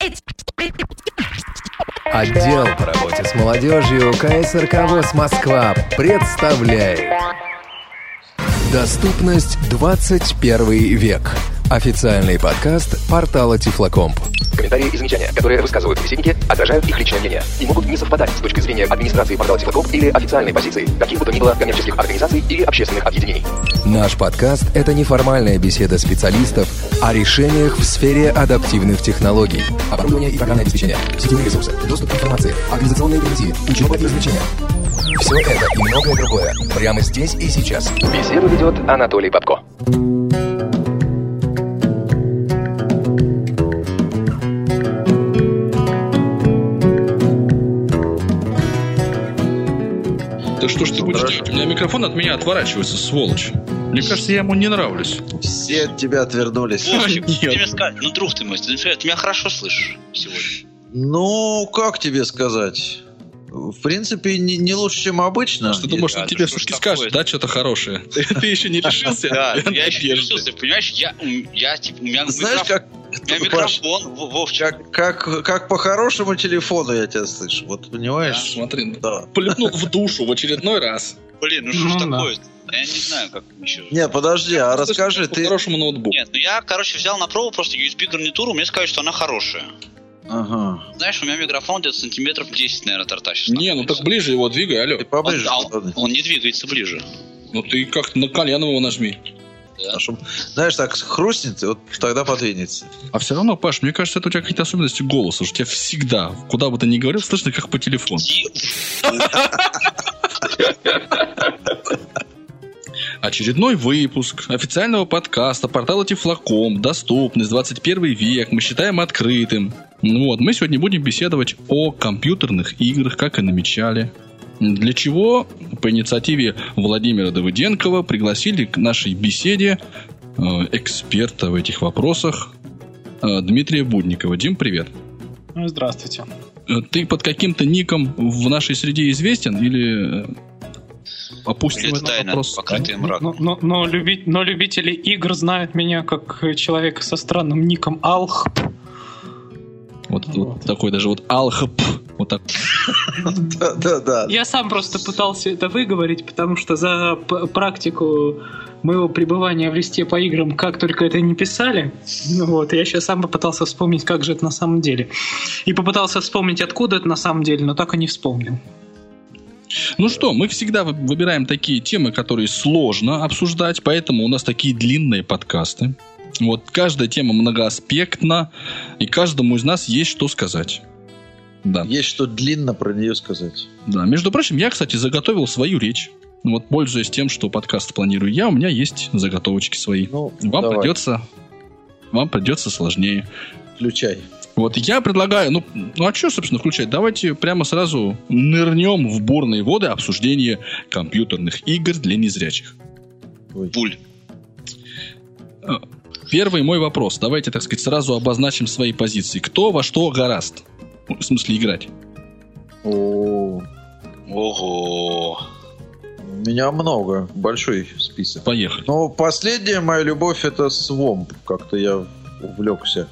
Отдел по работе с молодежью КСРК ВОС Москва представляет «Доступность 21 век». Официальный подкаст портала Тифлокомп. Комментарии и замечания, которые высказывают собеседники, отражают их личное мнение и могут не совпадать с точки зрения администрации портала Тифлокомп или официальной позиции каких бы то ни было коммерческих организаций или общественных объединений. Наш подкаст – это неформальная беседа специалистов о решениях в сфере адаптивных технологий. Оборудование и программное обеспечение, сетевые ресурсы, доступ к информации, организационные гарантии, учеба и развлечения. Все это и многое другое прямо здесь и сейчас. Беседу ведет Анатолий Попко. Да что ж ты будешь делать? У меня микрофон от меня отворачивается, сволочь. Мне кажется, я ему не нравлюсь. Все от тебя отвернулись. Вовчик, ты мне скажешь, ну, друг ты мой, ты меня хорошо слышишь сегодня. Ну, как тебе сказать? В принципе, не лучше, чем обычно. Что ты, может, он тебе все-таки скажет, да, что-то хорошее. Ты еще не решился? Да, я еще не решился, понимаешь? У меня микрофон, Вовчик. Как по хорошему телефону я тебя слышу. Вот, понимаешь? Смотри, плюнул в душу в очередной раз. Блин, ну что ж такое? Я не знаю, как еще. Нет, подожди, а расскажи ты. По хорошему ноутбуку. Нет, ну я, взял на пробу просто USB гарнитуру, мне сказали, что она хорошая. Ага. Знаешь, у меня микрофон где-то сантиметров 10, наверное, торта сейчас. Не, ну так ближе его двигай, алло. Ты поближе. Он не двигается ближе. Ну ты как-то на колено его нажми. Да. Знаешь, так хрустнет, вот тогда подвинется. А все равно, Паш, мне кажется, это у тебя какие-то особенности голоса. У тебя всегда, куда бы ты ни говорил, слышно, как по телефону. Очередной выпуск официального подкаста портала Тифлокомп. Доступность 21 век. Мы считаем открытым. Вот, мы сегодня будем беседовать о компьютерных играх, как и намечали. Для чего по инициативе Владимира Давыденкова пригласили к нашей беседе эксперта в этих вопросах Дмитрия Будникова. Дим, привет. Здравствуйте. Ты под каким-то ником в нашей среде известен или... Опустим это этот тайна, вопрос. покрытый мраком. Но любители игр знают меня как человека со странным ником Алхп. Вот такой даже вот Алхп. Вот так. Да. Я сам просто пытался это выговорить, потому что за практику моего пребывания в листе по играм, как только это не писали, я сейчас сам попытался вспомнить, как же это на самом деле. И попытался вспомнить, откуда это на самом деле, но так и не вспомнил. Ну что, мы всегда выбираем такие темы, которые сложно обсуждать, поэтому у нас такие длинные подкасты. Вот каждая тема многоаспектна, и каждому из нас есть что сказать. Да. Есть что длинно про нее сказать. Да, между прочим, я, кстати, заготовил свою речь. Вот, пользуясь тем, что подкаст планирую я, у меня есть заготовочки свои. Вам придется сложнее. Включай. Вот я предлагаю, а что, собственно, включать? Давайте прямо сразу нырнем в бурные воды обсуждения компьютерных игр для незрячих. Буль. Первый мой вопрос. Давайте, так сказать, сразу обозначим свои позиции. Кто во что горазд? В смысле, играть. Ого. У меня много. Большой список. Поехали. Но последняя моя любовь — это Swamp. Как-то я увлекся.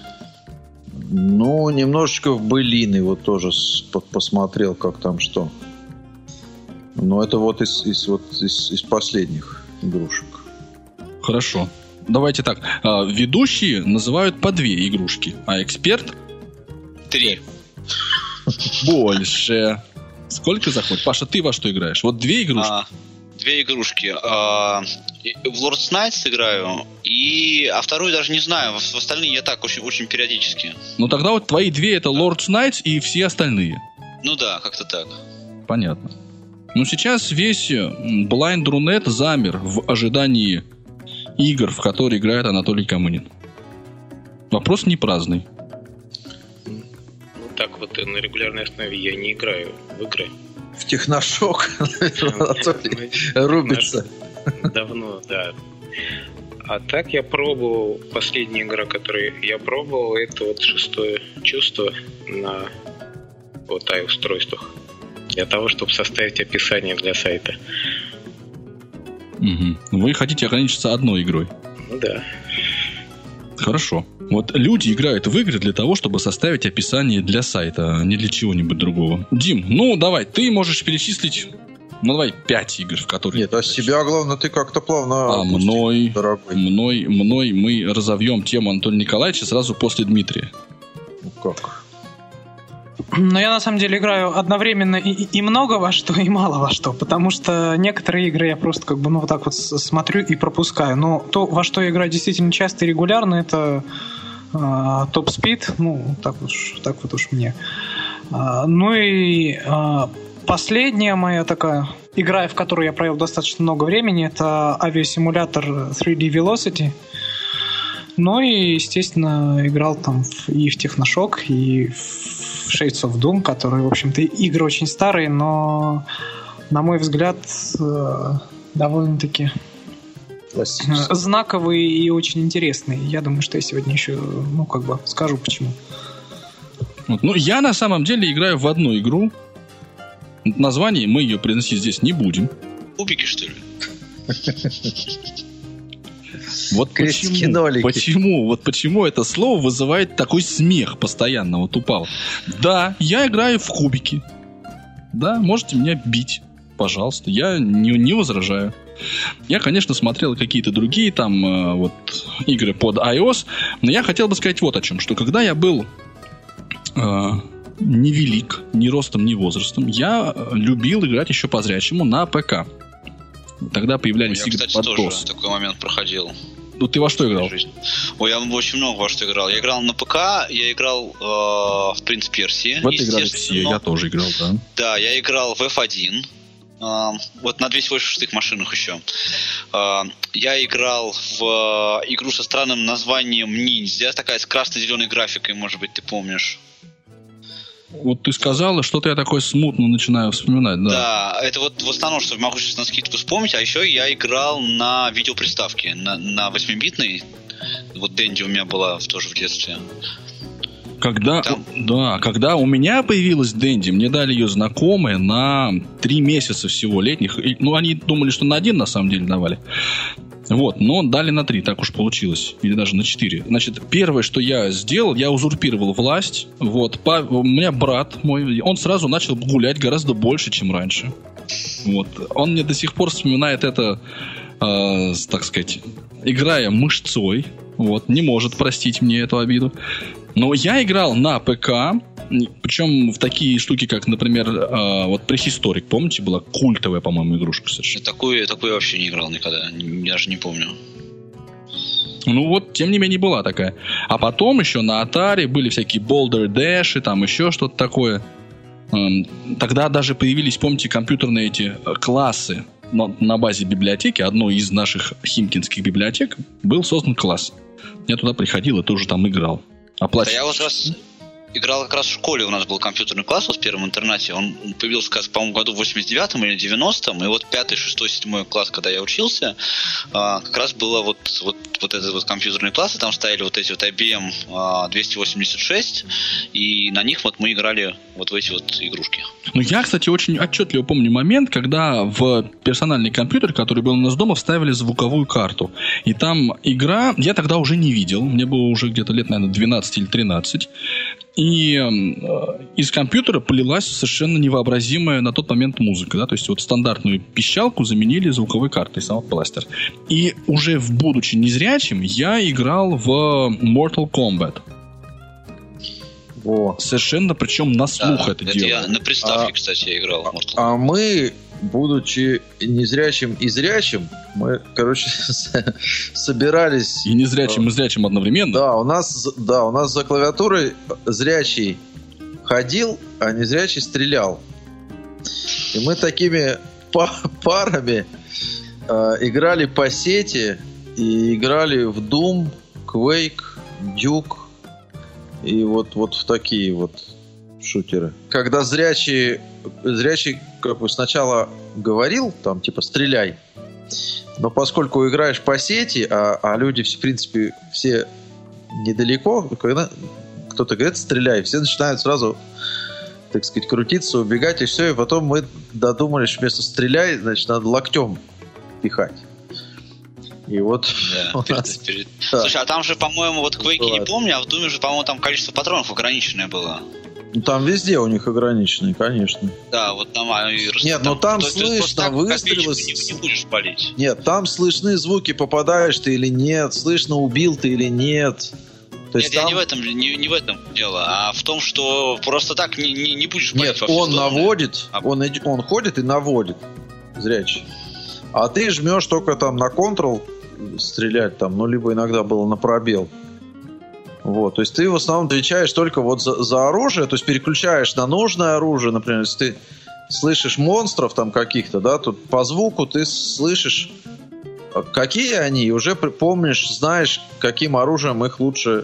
Немножечко в былины тоже посмотрел, как там что. Но это вот из последних игрушек. Хорошо. Давайте так. Ведущие называют по 2 игрушки, а эксперт 3. Больше. Сколько заходит? Паша, ты во что играешь? Вот 2 игрушки. 2 игрушки. В Lord's Knights играю, а вторую даже не знаю. В остальные я так очень периодически. Ну тогда вот твои 2 это Lord's Knights и все остальные. Ну да, как-то так. Понятно. Сейчас весь Blind Runette замер в ожидании игр, в которые играет Анатолий Камынин. Вопрос не праздный. Так вот на регулярной основе я не играю в игры. В Техношок Анатолий рубится. Давно, да. А так я пробовал, последняя игра, которую я пробовал, это вот «Шестое чувство» на i-устройствах. Для того, чтобы составить описание для сайта. Угу. Вы хотите ограничиться одной игрой? Ну да. Хорошо. Вот люди играют в игры для того, чтобы составить описание для сайта, а не для чего-нибудь другого. Дим, ну давай, ты можешь перечислить, ну давай 5 игр, в которые... Нет, а с себя, главное, ты как-то плавно... мной мы разовьем тему Анатолия Николаевича сразу после Дмитрия. Ну как? Но я на самом деле играю одновременно и много во что, и мало во что, потому что некоторые игры я просто как бы вот так вот смотрю и пропускаю. Но то, во что я играю действительно часто и регулярно, это Top Speed, ну так вот уж мне. Ну и последняя моя такая игра, в которой я провел достаточно много времени, это авиасимулятор 3D Velocity. Ну и, естественно, играл там и в Техношок, и в Shades of Doom, которые, в общем-то, игры очень старые, но, на мой взгляд, довольно-таки знаковые и очень интересные. Я думаю, что я сегодня еще, скажу почему. Ну, я на самом деле играю в одну игру. Название мы ее произносить здесь не будем. Кубики, что ли? Вот почему это слово вызывает такой смех постоянно, вот упал. Да, я играю в кубики. Да, можете меня бить, пожалуйста, я не возражаю. Я, конечно, смотрел какие-то другие там игры под iOS, но я хотел бы сказать вот о чем, что когда я был невелик, ни ростом, ни возрастом, я любил играть еще по-зрячему на ПК. Тогда появлялись игры под DOS. Я, кстати, тоже такой момент проходил. Ну, ты во что играл? Ой, я очень много во что играл. Я играл на ПК, я играл в «Принц Персии». В это играли все, я тоже играл, да. Да, я играл в F1. Вот на 286-х машинах еще. Я играл в игру со странным названием «Ниндзя». Такая с красно-зеленой графикой, может быть, ты помнишь. Вот ты сказала, что-то я такое смутно начинаю вспоминать, да. Да, это вот в основном, что могу сейчас на скидку вспомнить, а еще я играл на видеоприставке, на 8-битной. Вот Dendy у меня была тоже в детстве. Когда у меня появилась Dendy, мне дали ее знакомые на 3 месяца всего летних. Ну, они думали, что на 1 на самом деле давали. Вот, но дали на 3, так уж получилось. Или даже на 4. Значит, первое, что я сделал, я узурпировал власть. Вот, у меня брат мой, он сразу начал гулять гораздо больше, чем раньше. Вот, он мне до сих пор вспоминает это, так сказать, играя мышцой. Вот, не может простить мне эту обиду. Но я играл на ПК, причем в такие штуки, как, например, вот Prehistoric, помните, была культовая, по-моему, игрушка совершенно. Такую я вообще не играл никогда, даже не помню. Ну вот, тем не менее, была такая. А потом еще на Atari были всякие Boulder Dash и там еще что-то такое. Тогда даже появились, помните, компьютерные эти классы. На базе библиотеки, одной из наших химкинских библиотек, был создан класс. Я туда приходил и тоже там играл. Да я вот раз играл как раз в школе, у нас был компьютерный класс в первом интернате. Он появился, по-моему, году в 89-м или 90-м. И вот 5-й, 6-й, 7-й класс, когда я учился, как раз было вот этот вот компьютерный класс. И там стояли вот эти вот IBM 286. И на них вот мы играли вот в эти вот игрушки. Ну, я, кстати, очень отчетливо помню момент, когда в персональный компьютер, который был у нас дома, вставили звуковую карту. И там игра, я тогда уже не видел. Мне было уже где-то лет, наверное, 12 или 13. И из компьютера полилась совершенно невообразимая на тот момент музыка. Да? То есть вот стандартную пищалку заменили звуковой картой, Sound Blaster. И уже будучи незрячим, я играл в Mortal Kombat. Во. Совершенно, причем на слух это делал. Я на приставке, кстати, я играл в Mortal Kombat. А мы, будучи незрячим и зрячим, мы, короче, собирались... И незрячим, и зрячим одновременно? Да, у нас за клавиатурой зрячий ходил, а незрячий стрелял. И мы такими парами играли по сети и играли в Doom, Quake, Duke и вот в такие вот шутеры. Когда зрячий как бы сначала говорил, там, типа, стреляй. Но поскольку играешь по сети, а люди, в принципе, все недалеко, когда кто-то говорит стреляй, все начинают сразу, так сказать, крутиться, убегать, и все. И потом мы додумались, что вместо стреляй, значит, надо локтем пихать. И вот Слушай, а там же, по-моему, вот Quake не помню, а в Doom же, по-моему, там количество патронов ограниченное было. Ну, там везде у них ограниченные, конечно. Да, вот там... Нет, но там слышно выстрелы... Не будешь палить. Нет, там слышны звуки, попадаешь ты или нет, слышно, убил ты или нет. То есть нет, там... я не в этом дело, а в том, что просто так не будешь палить. Нет, он наводит, он ходит и наводит, зрячий. А ты жмешь только там на Ctrl стрелять, там, ну, либо иногда было на пробел. Вот, то есть ты в основном отвечаешь только вот за оружие, то есть переключаешь на нужное оружие, например, если ты слышишь монстров там каких-то, да, тут по звуку ты слышишь, какие они, и уже помнишь, знаешь, каким оружием их лучше,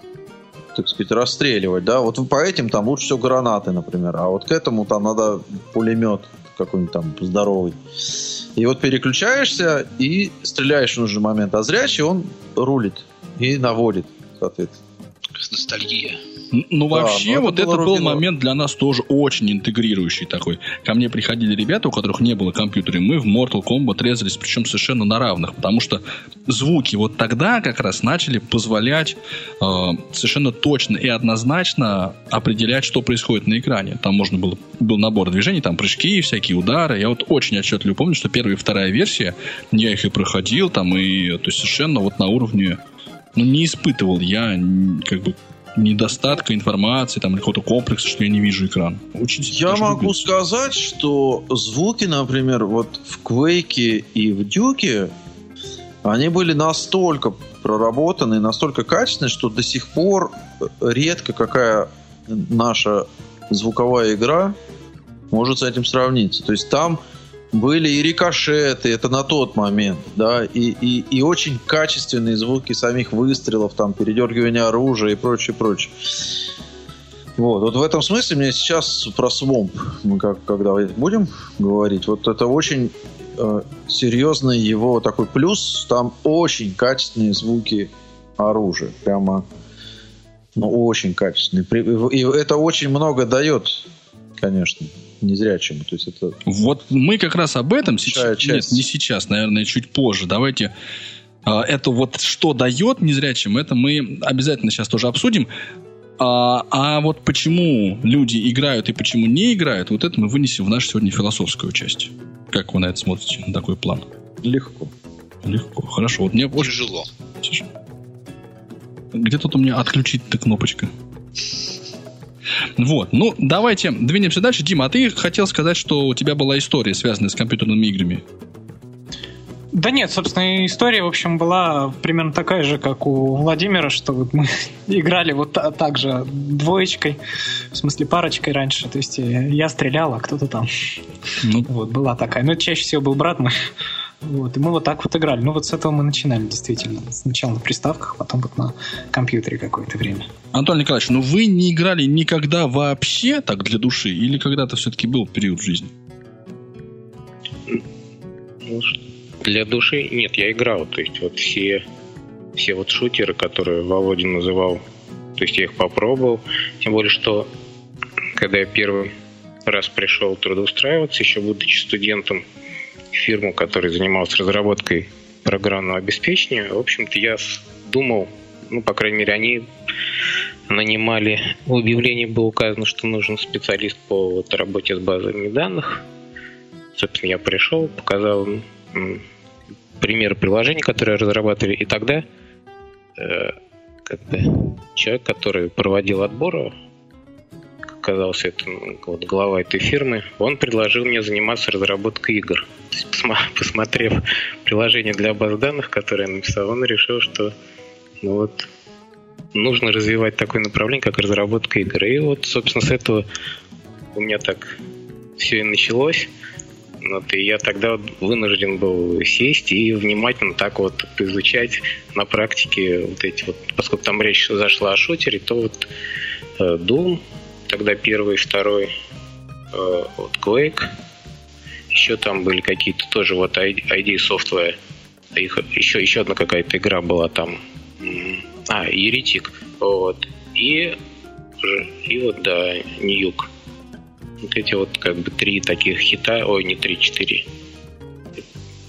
так сказать, расстреливать, да, вот по этим там лучше всего гранаты, например, а вот к этому там надо пулемет какой-нибудь там здоровый. И вот переключаешься и стреляешь в нужный момент, а зрячий он рулит и наводит, соответственно. Ностальгия. Ну, вообще, вот это был момент для нас тоже очень интегрирующий такой. Ко мне приходили ребята, у которых не было компьютера, и мы в Mortal Kombat резались, причем совершенно на равных, потому что звуки вот тогда как раз начали позволять совершенно точно и однозначно определять, что происходит на экране. Там был набор движений, там прыжки, всякие удары. Я вот очень отчетливо помню, что первая и вторая версия, я их и проходил, там, и то есть совершенно вот на уровне, ну, не испытывал я как бы недостатка информации, там, или какого-то комплекса, что я не вижу экран. Я могу сказать, что звуки, например, вот в Quake и в Duke, они были настолько проработаны, настолько качественные, что до сих пор редко какая наша звуковая игра может с этим сравниться. То есть там были и рикошеты, это на тот момент, да, и очень качественные звуки самих выстрелов, там, передергивания оружия и прочее. Вот в этом смысле мне сейчас про Swamp, мы когда будем говорить, вот это очень серьезный его такой плюс, там очень качественные звуки оружия, прямо, ну, очень качественные, и это очень много дает, конечно, незрячему. То есть это... Вот мы как раз об этом сейчас... Нет, не сейчас, наверное, чуть позже. Давайте это вот что дает незрячим, это мы обязательно сейчас тоже обсудим. А вот почему люди играют и почему не играют, вот это мы вынесем в нашу сегодня философскую часть. Как вы на это смотрите, на такой план? Легко. Хорошо. Вот мне тяжело. Где тут у меня отключить-то кнопочка? Вот, ну, давайте двинемся дальше. Дима, а ты хотел сказать, что у тебя была история, связанная с компьютерными играми? Да нет, собственно, история, в общем, была примерно такая же, как у Владимира, что вот мы играли вот так же двоечкой, в смысле парочкой раньше, то есть я стрелял, а кто-то там. Вот, была такая. Ну, чаще всего был брат мой. Вот, и мы вот так вот играли. Ну, вот с этого мы начинали, действительно. Сначала на приставках, потом вот на компьютере какое-то время. Антон Николаевич, ну вы не играли никогда вообще так для души? Или когда-то все-таки был период в жизни? Для души нет, я играл. То есть вот все вот шутеры, которые Володин называл, то есть я их попробовал. Тем более, что когда я первый раз пришел трудоустраиваться, еще будучи студентом, фирму, которая занималась разработкой программного обеспечения, в общем-то, я думал, ну, по крайней мере, они нанимали, в объявлении было указано, что нужен специалист по вот работе с базами данных. Собственно, я пришел, показал примеры приложений, которые разрабатывали, и тогда человек, который проводил отбор, оказался это вот глава этой фирмы, он предложил мне заниматься разработкой игр. Посмотрев приложение для баз данных, которое я написал, он решил, что ну вот, нужно развивать такое направление, как разработка игр. И вот, собственно, с этого у меня так все и началось. Вот, и я тогда вынужден был сесть и внимательно так вот изучать на практике вот эти вот, поскольку там речь зашла о шутере, то вот Doom, тогда первый, второй, вот Quake, еще там были какие-то тоже вот ID Software, еще одна какая-то игра была там, Еретик, вот, и вот, да, Ньюк. Вот эти вот как бы 3 таких хита, ой, не 3, 4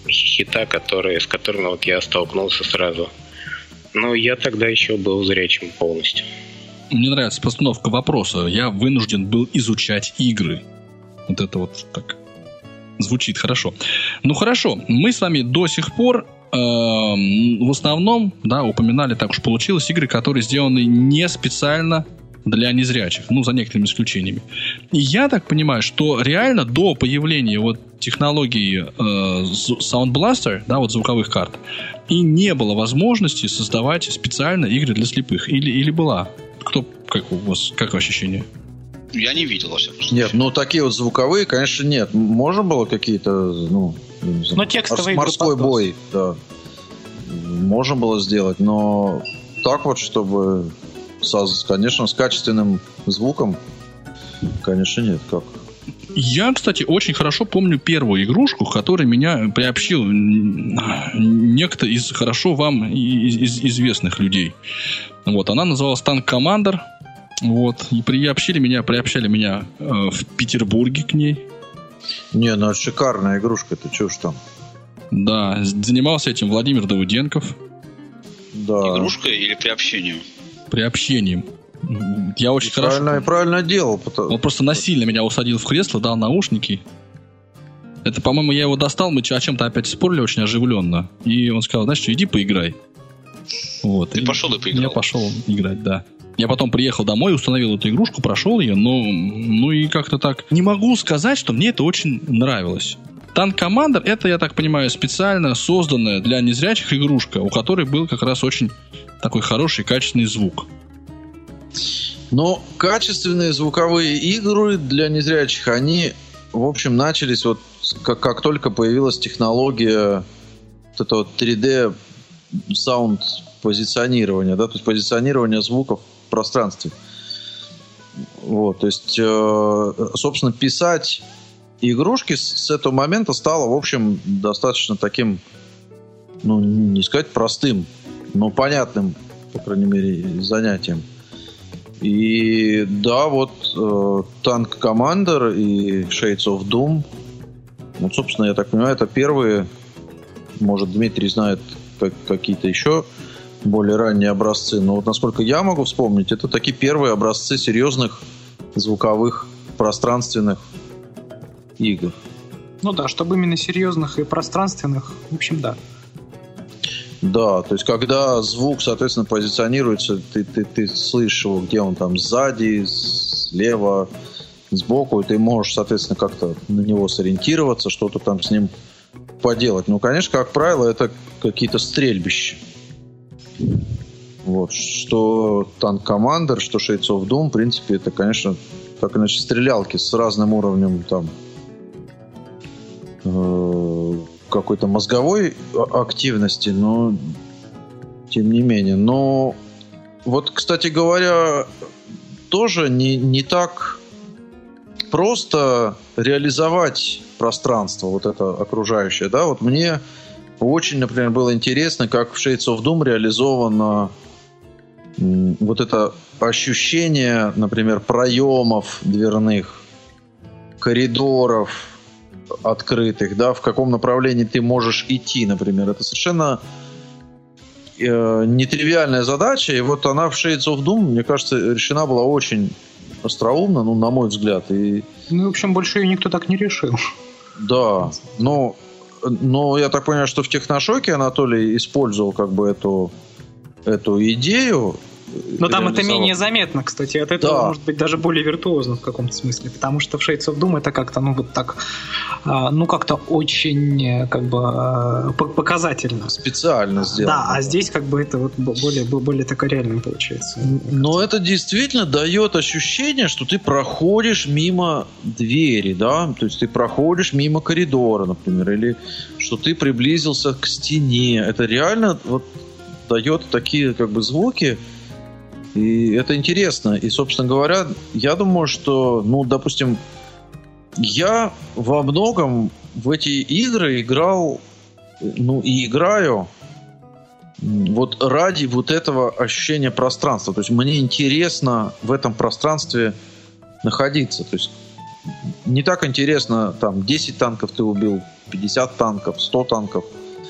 хита, с которыми вот я столкнулся сразу. Но я тогда еще был зрячим полностью. Мне нравится постановка вопроса. Я вынужден был изучать игры. Вот это вот так звучит хорошо. Ну хорошо, мы с вами до сих пор в основном, да, упоминали, так уж получилось, игры, которые сделаны не специально для незрячих, ну, за некоторыми исключениями. И я так понимаю, что реально до появления вот технологии Sound Blaster, да, вот звуковых карт, и не было возможности создавать специально игры для слепых. Или была? Как у вас, как ощущение? Я не видел, во всяком случае. Нет, ну такие вот звуковые, конечно, нет. Можно было какие-то, ну, не знаю, текстовые морской бой, да. Можно было сделать, но так вот, чтобы, конечно, с качественным звуком, конечно, нет. Как? Я, кстати, очень хорошо помню первую игрушку, к которой меня приобщил некто из хорошо вам известных людей. Вот, она называлась Tank Commander. Вот, и приобщали меня в Петербурге к ней. Не, ну шикарная игрушка, ты чё ж там? Да, занимался этим Владимир Давыденков. Да. Игрушкой или приобщением? Приобщением. Я очень правильно делал. Он просто насильно меня усадил в кресло, дал наушники. Это, по-моему, я его достал, мы о чем-то опять спорили очень оживленно. И он сказал, знаешь что, иди поиграй. Вот. Ты пошел и поиграл? Я пошел играть, да. Я потом приехал домой, установил эту игрушку, прошел ее, но ну и как-то так. Не могу сказать, что мне это очень нравилось. Tank Commander — это, я так понимаю, специально созданная для незрячих игрушка, у которой был как раз очень такой хороший, качественный звук. Но качественные звуковые игры для незрячих, они, в общем, начались вот как только появилась технология вот этого 3D саунд позиционирования, да, то есть позиционирование звуков в пространстве. Вот, то есть, собственно, писать игрушки с этого момента стало, в общем, достаточно таким, ну, не сказать простым, но понятным, по крайней мере, занятием. И да, вот Tank Commander и Shades of Doom, ну, собственно, я так понимаю, это первые, может, Дмитрий знает какие-то еще более ранние образцы, но вот насколько я могу вспомнить, это такие первые образцы серьезных звуковых пространственных игр. Ну да, чтобы именно серьезных и пространственных, в общем, да. Да, то есть когда звук, соответственно, позиционируется, ты слышишь его, где он там сзади, слева, сбоку, и ты можешь, соответственно, как-то на него сориентироваться, что-то там с ним поделать. Ну, конечно, как правило, это какие-то стрельбища. Вот. Что Tank Commander, что Shades of Doom, в принципе, это, конечно, так иначе стрелялки с разным уровнем там какой-то мозговой активности, но тем не менее. Но вот, кстати говоря, тоже не так просто реализовать пространство вот это окружающее, да, вот мне очень, например, было интересно, как в Shades of Doom реализовано вот это ощущение, например, проемов дверных, коридоров открытых, да, в каком направлении ты можешь идти, например. Это совершенно нетривиальная задача, и вот она в Shades of Doom, мне кажется, решена была очень остроумно, ну, на мой взгляд. И... Ну, в общем, больше ее никто так не решил. Да, но я так понимаю, что в Техношоке Анатолий использовал как бы эту идею. Но там это менее заметно, кстати. От этого, да, может быть, даже более виртуозно в каком-то смысле. Потому что в Shades of Doom это как-то, ну, вот так, ну, как-то очень, как бы, показательно. Специально сделано. Да, а здесь как бы это вот более так реально получается. Но это действительно дает ощущение, что ты проходишь мимо двери, да? То есть ты проходишь мимо коридора, например, или что ты приблизился к стене. Это реально вот дает такие, как бы, звуки. И это интересно. И, собственно говоря, я думаю, что, ну, допустим, я во многом в эти игры играл, ну, и играю вот ради вот этого ощущения пространства. То есть мне интересно в этом пространстве находиться. То есть не так интересно, там, 10 танков ты убил, 50 танков, 100 танков.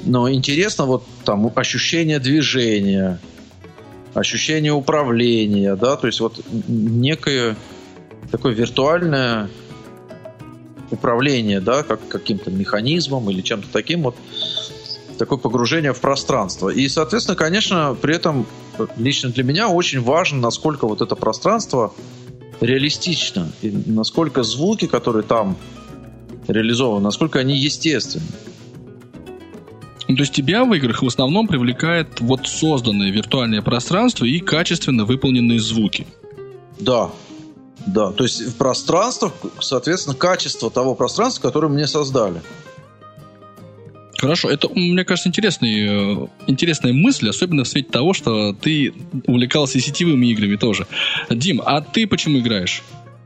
Но интересно вот там ощущение движения, ощущение управления, да, то есть вот некое такое виртуальное управление, да, как каким-то механизмом или чем-то таким вот, такое погружение в пространство. И, соответственно, конечно, при этом лично для меня очень важно, насколько вот это пространство реалистично, и насколько звуки, которые там реализованы, насколько они естественны. То есть тебя в играх в основном привлекает вот созданное виртуальное пространство и качественно выполненные звуки. Да. Да, то есть в пространствах, соответственно, качество того пространства, которое мне создали. Хорошо, это, мне кажется, интересная мысль, особенно в свете того, что ты увлекался сетевыми играми тоже. Дим, а ты почему играешь?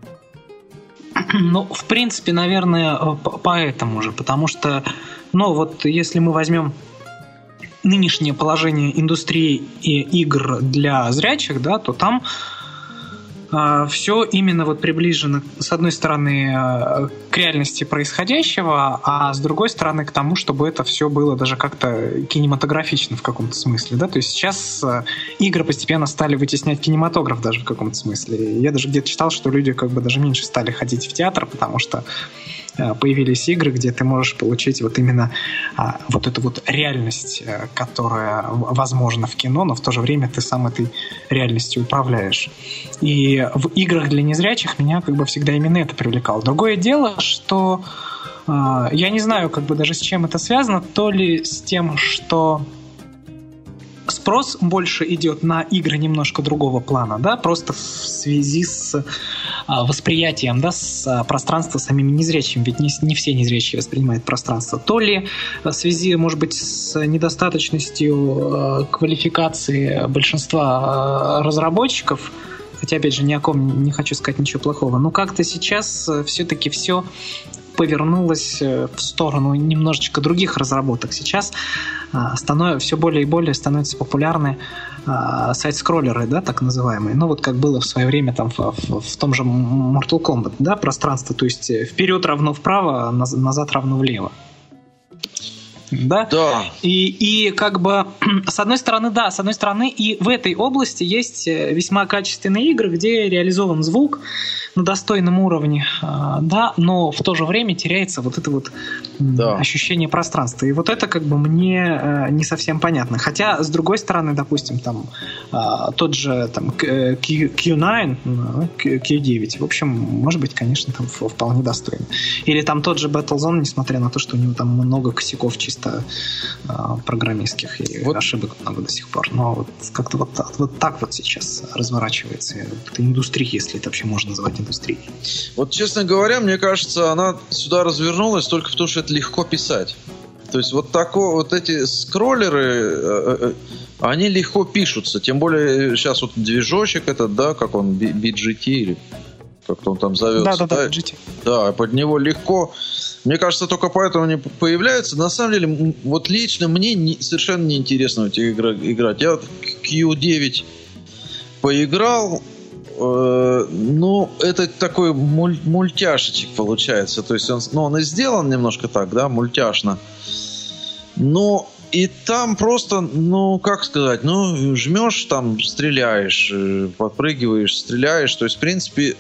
Ну, в принципе, наверное, поэтому же, потому что, ну, вот если мы возьмем нынешнее положение индустрии игр для зрячих, да, то там все именно вот приближено, с одной стороны, к реальности происходящего, а с другой стороны к тому, чтобы это все было даже как-то кинематографично в каком-то смысле, да, то есть сейчас игры постепенно стали вытеснять кинематограф даже в каком-то смысле. Я даже где-то читал, что люди как бы даже меньше стали ходить в театр, потому что появились игры, где ты можешь получить вот именно вот эту вот реальность, которая возможна в кино, но в то же время ты сам этой реальностью управляешь. И в играх для незрячих меня как бы всегда именно это привлекало. Другое дело, что я не знаю как бы даже с чем это связано, то ли с тем, что спрос больше идет на игры немножко другого плана, да, просто в связи с восприятием, да, с пространства самими незрячими, ведь не все незрячие воспринимают пространство, то ли в связи, может быть, с недостаточностью квалификации большинства разработчиков, хотя, опять же, ни о ком не хочу сказать ничего плохого, но как-то сейчас все-таки все повернулось в сторону немножечко других разработок. Сейчас все более и более становятся популярны сайт-скроллеры, да, так называемые. Ну, вот как было в свое время там в том же Mortal Kombat, да, пространство, то есть вперед равно вправо, назад равно влево. Да? Да. И как бы с одной стороны, и в этой области есть весьма качественные игры, где реализован звук на достойном уровне, да, но в то же время теряется вот это вот ощущение пространства. И вот это как бы мне не совсем понятно. Хотя, с другой стороны, допустим, там тот же там Q9, Q9, в общем, может быть, конечно, там вполне достойно. Или там тот же Battlezone, несмотря на то, что у него там много косяков чисто программистских и вот ошибок много до сих пор. Но вот как-то вот так вот сейчас разворачивается эта индустрия, если это вообще можно назвать индустрией. Вот, честно говоря, мне кажется, она сюда развернулась только потому, что это легко писать. То есть вот эти скроллеры, они легко пишутся. Тем более сейчас вот движочек этот, да, как он, BGT или как-то он там зовется. Да, BGT. Да, под него легко. Мне кажется, только поэтому они появляются. На самом деле, вот лично мне совершенно неинтересно в эти игры играть. Я вот Q9 поиграл, ну, это такой мультяшечек получается. То есть он и сделан немножко так, да, мультяшно. Но и там просто, ну, как сказать, ну, жмешь, там, стреляешь, подпрыгиваешь, стреляешь. То есть, в принципе,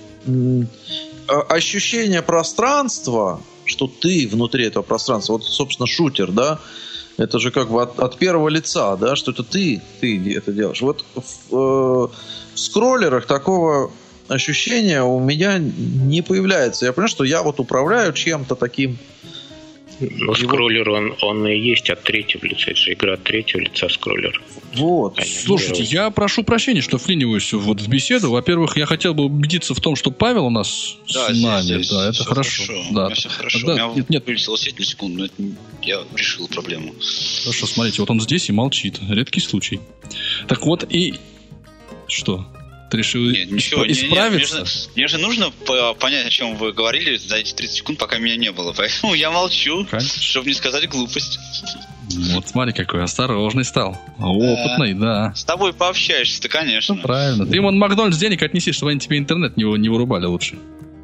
ощущение пространства, что ты внутри этого пространства, вот, собственно, шутер, да, это же как бы от первого лица, да, что это ты это делаешь. Вот в скроллерах такого ощущения у меня не появляется. Я понимаю, что я вот управляю чем-то таким. Но скроллер, он и есть от третьего лица. Это же игра от третьего лица скроллер. Вот. Слушайте, я прошу прощения, что вклиниваюсь вот в беседу. Во-первых, я хотел бы убедиться в том, что Павел у нас с нами. Здесь да, это хорошо. Да. У меня все хорошо. Да, у меня вылетела сеть на секунду, но это я решил проблему. Хорошо, смотрите, вот он здесь и молчит. Редкий случай. Так вот, и... Что? Ты решил исправиться? Мне же нужно понять, о чем вы говорили за эти 30 секунд, пока меня не было. Поэтому я молчу, чтобы не сказать глупость. Вот смотри, какой осторожный стал. Опытный, да. С тобой пообщаешься-то, конечно. Ну, правильно. Ты ему на Макдональдс денег отнеси, чтобы они тебе интернет не вырубали лучше.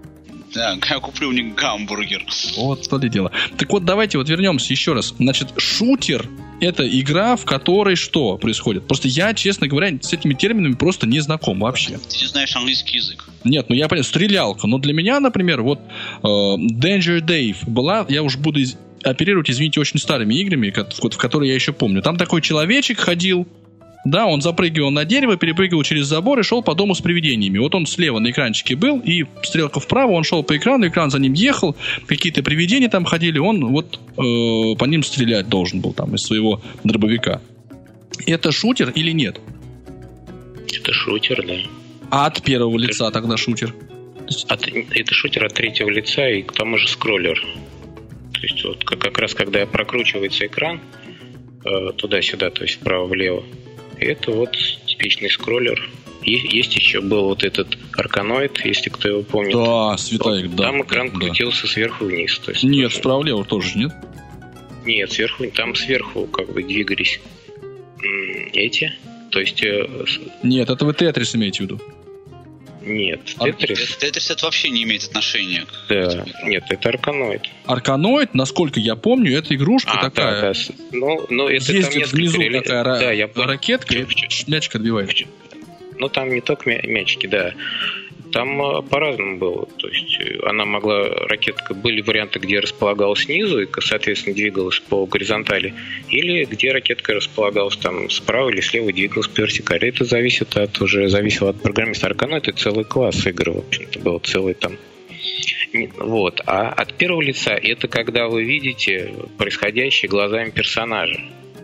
Да, я куплю у них гамбургер. Вот то ли дело. Так вот, давайте вот вернемся еще раз. Значит, шутер — это игра, в которой что происходит? Просто я, честно говоря, с этими терминами просто не знаком вообще. Ты не знаешь английский язык. Нет, ну я понимаю, стрелялка. Но для меня, например, вот Danger Dave была, я уж буду оперировать, извините, очень старыми играми, в которые я еще помню. Там такой человечек ходил, да, он запрыгивал на дерево, перепрыгивал через забор и шел по дому с привидениями. Вот он слева на экранчике был, и стрелка вправо, он шел по экрану, экран за ним ехал, какие-то привидения там ходили, он вот по ним стрелять должен был там из своего дробовика. Это шутер или нет? Это шутер, да. А от первого лица тогда шутер? Это шутер от третьего лица и к тому же скроллер. То есть вот как раз когда прокручивается экран туда-сюда, то есть вправо-влево, это вот типичный скроллер. Есть еще был вот этот Арканоид, если кто его помнит. Да, святая, да. Там экран крутился сверху вниз. То есть нет, справа-влево тоже, нет? Нет, там сверху как бы двигались эти. То есть... Нет, это вы Тетрис имеете в виду? Нет, Тетрис это вообще не имеет отношения к... Да, нет, это Арканоид. Арканоид, насколько я помню, это игрушка такая. Да. Ну, это ездит там внизу такая ракетка, и мячик отбивает. Ну, там не только мячики, да. Там по-разному было. То есть она могла, ракетка, были варианты, где располагалась снизу и, соответственно, двигалась по горизонтали, или где ракетка располагалась там справа или слева и двигалась по вертикали. Это зависело от программиста. Арканоид — это целый класс игр, в общем-то, был целый там. Вот. А от первого лица это когда вы видите происходящее глазами персонажа.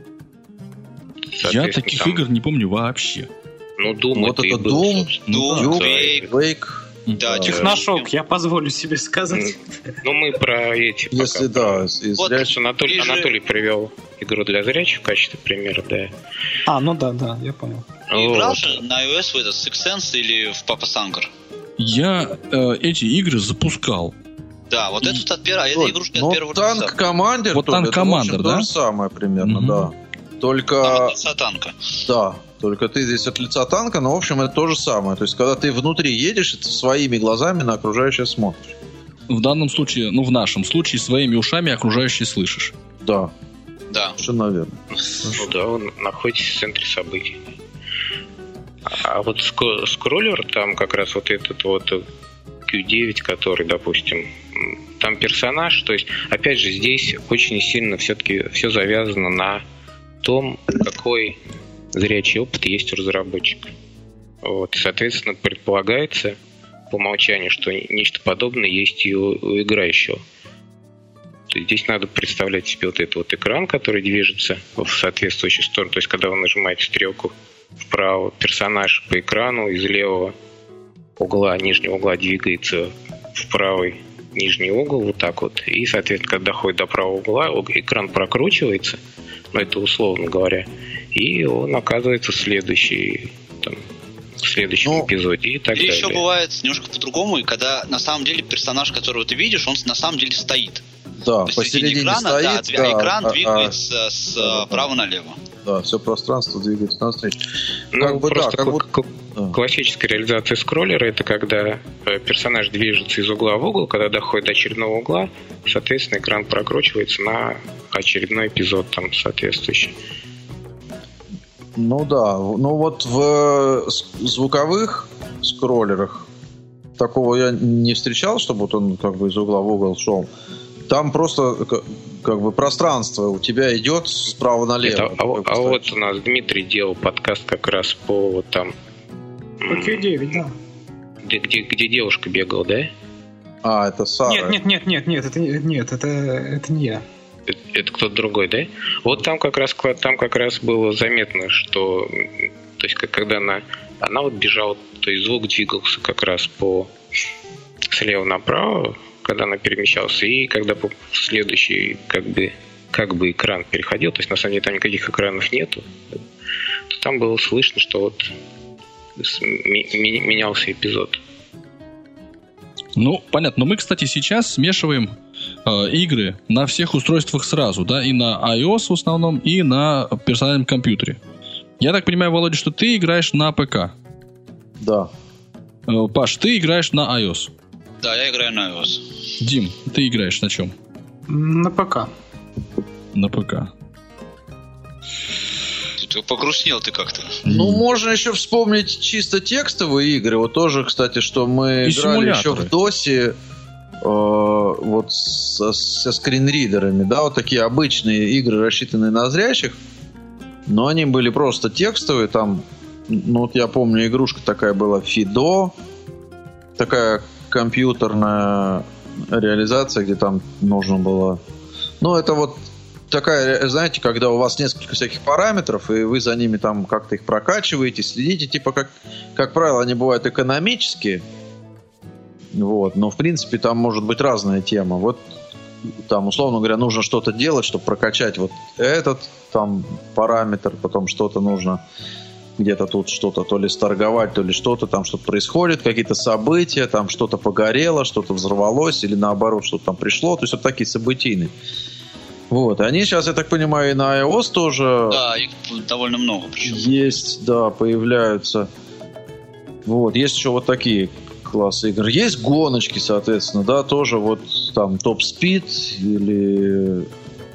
Я таких игр не помню вообще. Ну, Doom вот это был, Doom, Quake. Да, Техношок, я позволю себе сказать. Ну, мы про эти... Если да, вот Анатолий привел игру для зрячих в качестве примера, да. Ну да, я понял. Играл же на iOS в этот Six Sense или в Papa Sanger? Я эти игры запускал. Да, вот это игрушка от первого лица. Танк Командер, вот Танк Командер, да? То же самое примерно, да. Только... От лица танка. Да, только ты здесь от лица танка, но, в общем, это то же самое. То есть, когда ты внутри едешь, ты своими глазами на окружающее смотришь. В данном случае, в нашем случае, своими ушами окружающее слышишь. Да. Да. Совершенно верно. Ну да, вы находитесь в центре событий. А вот скроллер, там как раз вот этот вот Q9, который, допустим, там персонаж, то есть, опять же, здесь очень сильно все-таки все завязано на том, какой зрячий опыт есть у разработчика. Вот. И, соответственно, предполагается по умолчанию, что нечто подобное есть и у играющего. То есть здесь надо представлять себе вот этот вот экран, который движется в соответствующую сторону. То есть когда вы нажимаете стрелку вправо, персонаж по экрану из левого угла, нижнего угла двигается в правый нижний угол, вот так вот. И, соответственно, когда доходит до правого угла, экран прокручивается, это условно говоря, и он оказывается в следующем эпизоде и так далее. Или еще бывает немножко по-другому, когда на самом деле персонаж, которого ты видишь, он на самом деле стоит. Да, посередине экрана, стоит. Да, экран двигается справа налево. Да, все пространство двигается навстречу. Классическая реализация скроллера — это когда персонаж движется из угла в угол, когда доходит до очередного угла, соответственно, экран прокручивается на очередной эпизод там соответствующий. Ну да, вот в звуковых скроллерах такого я не встречал, чтобы вот он как бы из угла в угол шел. Там просто как бы пространство у тебя идет справа налево. Вот у нас Дмитрий делал подкаст как раз по вот там... По Q9, да. Где девушка бегала, да? Это Сара. Нет, это не я. Это кто-то другой, да? Вот там как раз было заметно, что, то есть когда она вот бежала, то есть звук двигался как раз слева направо, когда она перемещалась, и когда по следующий как бы экран переходил, то есть на самом деле там никаких экранов нету, то там было слышно, что вот менялся эпизод. Ну, понятно. Но мы, кстати, сейчас смешиваем игры на всех устройствах сразу, да, и на iOS в основном, и на персональном компьютере. Я так понимаю, Володя, что ты играешь на ПК. Да. Паш, ты играешь на iOS. Да, я играю на iOS. Дим, ты играешь на чем? На ПК. На ПК. Ты погрустнел ты как-то. Ну, можно еще вспомнить чисто текстовые игры. Вот тоже, кстати, что мы И играли еще симуляторы. в DOS вот со скринридерами, да, вот такие обычные игры, рассчитанные на зрячих, но они были просто текстовые. Там, ну вот я помню, игрушка такая была Fido, такая компьютерная реализация, где там нужно было... Ну, это вот такая, знаете, когда у вас несколько всяких параметров, и вы за ними там как-то их прокачиваете, следите, типа, как правило, они бывают экономические, вот, но, в принципе, там может быть разная тема. Вот там, условно говоря, нужно что-то делать, чтобы прокачать вот этот там параметр, потом что-то нужно где-то тут что-то то ли сторговать, то ли что-то там, что-то происходит, какие-то события, там что-то погорело, что-то взорвалось, или наоборот, что-то там пришло, то есть вот такие событийные. Вот, они сейчас, я так понимаю, и на iOS тоже... Да, их довольно много причем. Есть, да, появляются. Вот, есть еще вот такие классы игр. Есть гоночки, соответственно, да, тоже вот там Top Speed или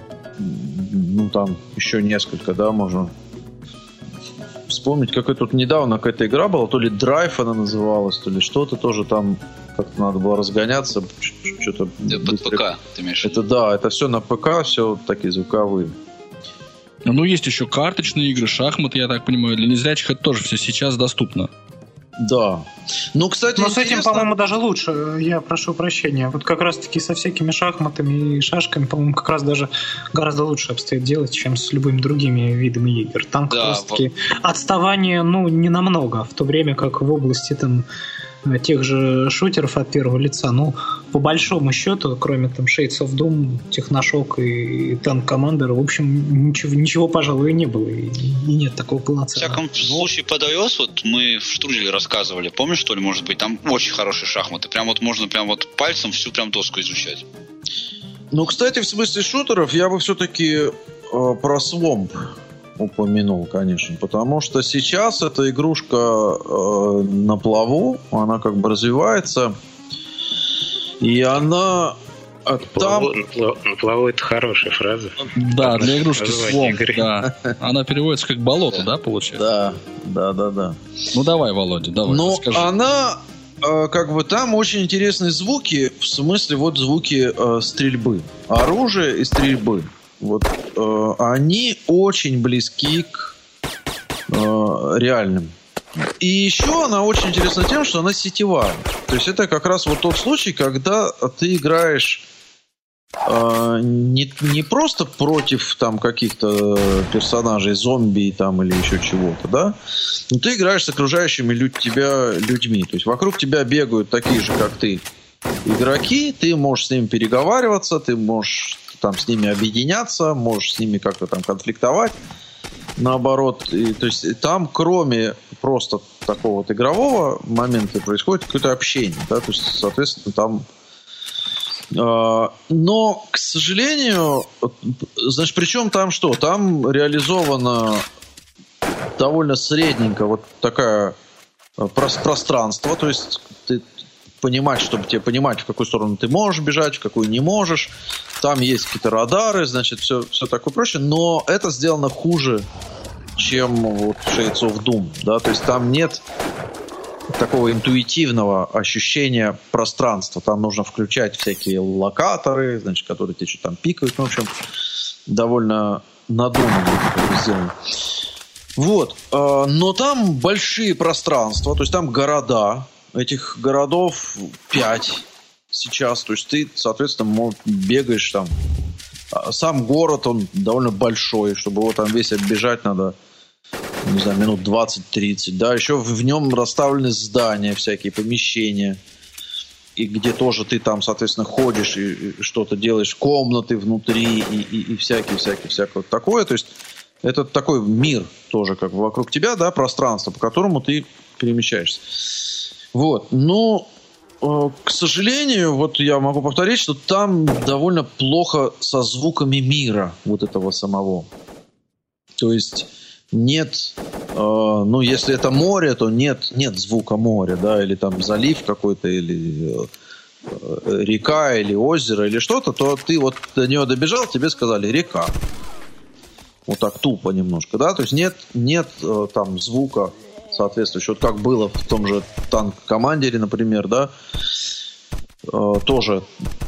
ну там еще несколько, да, можно вспомнить, какая тут недавно какая-то игра была, то ли Drive она называлась, то ли что-то тоже там как-то надо было разгоняться, что-то... Под ПК, ты имеешь в виду? Это да, это все на ПК, все такие звуковые. Ну, есть еще карточные игры, шахматы, я так понимаю. Для незрячих это тоже все сейчас доступно. Да. Ну, кстати, Но с этим, интересно... по-моему, даже лучше. Я прошу прощения. Вот как раз-таки со всякими шахматами и шашками, по-моему, как раз даже гораздо лучше обстоит делать, чем с любыми другими видами игр. Там как раз-таки отставание, ну, не намного. В то время как в области там тех же шутеров от первого лица, ну, по большому счету, кроме там Shades of Doom, Техношок и Tank Commander, в общем, ничего, пожалуй, не было. И нет такого полноценного. В всяком случае, под iOS, вот мы в Штруделе рассказывали, помнишь, что ли, может быть, там очень хорошие шахматы. Прям вот можно прям вот пальцем всю прям доску изучать. Ну, кстати, в смысле шутеров я бы все-таки про Swamp упомянул, конечно, потому что сейчас эта игрушка на плаву, она как бы развивается, и она там... На плаву это хорошая фраза. Да, для игрушки Название Swamp, игры. да. Она переводится как болото, да, получается? Да. Ну давай, Володя, давай, Но расскажи. она, как бы там очень интересные звуки, в смысле вот звуки стрельбы. Оружие и стрельбы. Вот они очень близки к реальным. И еще она очень интересна тем, что она сетевая. То есть это как раз вот тот случай, когда ты играешь не просто против там каких-то персонажей, зомби там или еще чего-то, да, но ты играешь с окружающими тебя людьми. То есть вокруг тебя бегают такие же, как ты, игроки, ты можешь с ними переговариваться, ты можешь там с ними объединяться, можешь с ними как-то там конфликтовать, наоборот. То есть там, кроме просто такого вот игрового момента, происходит какое-то общение, да, то есть, соответственно, там... Но, к сожалению, значит, причем там что? Там реализовано довольно средненько вот такое пространство, то есть ты понимать, чтобы тебе понимать, в какую сторону ты можешь бежать, в какую не можешь. Там есть какие-то радары, значит, все такое прочее, но это сделано хуже, чем вот Shades of Doom, да, то есть там нет такого интуитивного ощущения пространства. Там нужно включать всякие локаторы, значит, которые тебе что-то там пикают, ну, в общем, довольно надуманно это сделано. Вот, но там большие пространства, то есть там города. Этих городов 5 сейчас. То есть ты, соответственно, бегаешь там. Сам город, он довольно большой. Чтобы его там весь оббежать, надо, не знаю, минут 20-30. Да? Еще в нем расставлены здания, всякие помещения. И где тоже ты там, соответственно, ходишь и что-то делаешь. Комнаты внутри и всякое вот такое. То есть это такой мир тоже как бы вокруг тебя, да, пространство, по которому ты перемещаешься. Вот, но, к сожалению, вот я могу повторить, что там довольно плохо со звуками мира вот этого самого. То есть нет, ну, если это море, то нет звука моря, да, или там залив какой-то, или река или озеро или что-то, то ты вот до нее добежал, тебе сказали река. Вот так тупо немножко, да, то есть нет там звука соответствующего, вот как было в том же танк-командере, например, да, тоже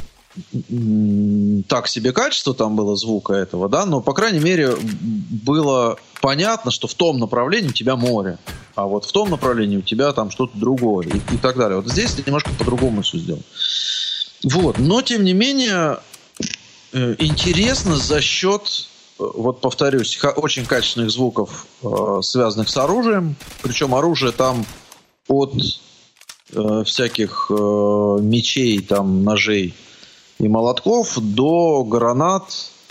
так себе качество там было звука этого, да, но, по крайней мере, было понятно, что в том направлении у тебя море, а вот в том направлении у тебя там что-то другое и так далее. Вот здесь немножко по-другому все сделано. Вот, но, тем не менее, интересно за счет, вот повторюсь, очень качественных звуков, связанных с оружием, причем оружие там от всяких мечей, там, ножей и молотков до гранат,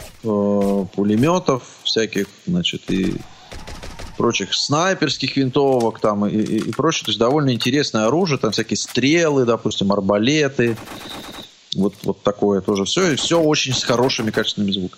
пулеметов всяких, значит, и прочих снайперских винтовок там и прочее. То есть довольно интересное оружие, там всякие стрелы, допустим, арбалеты. Вот такое тоже все. И все очень с хорошими качественными звуками.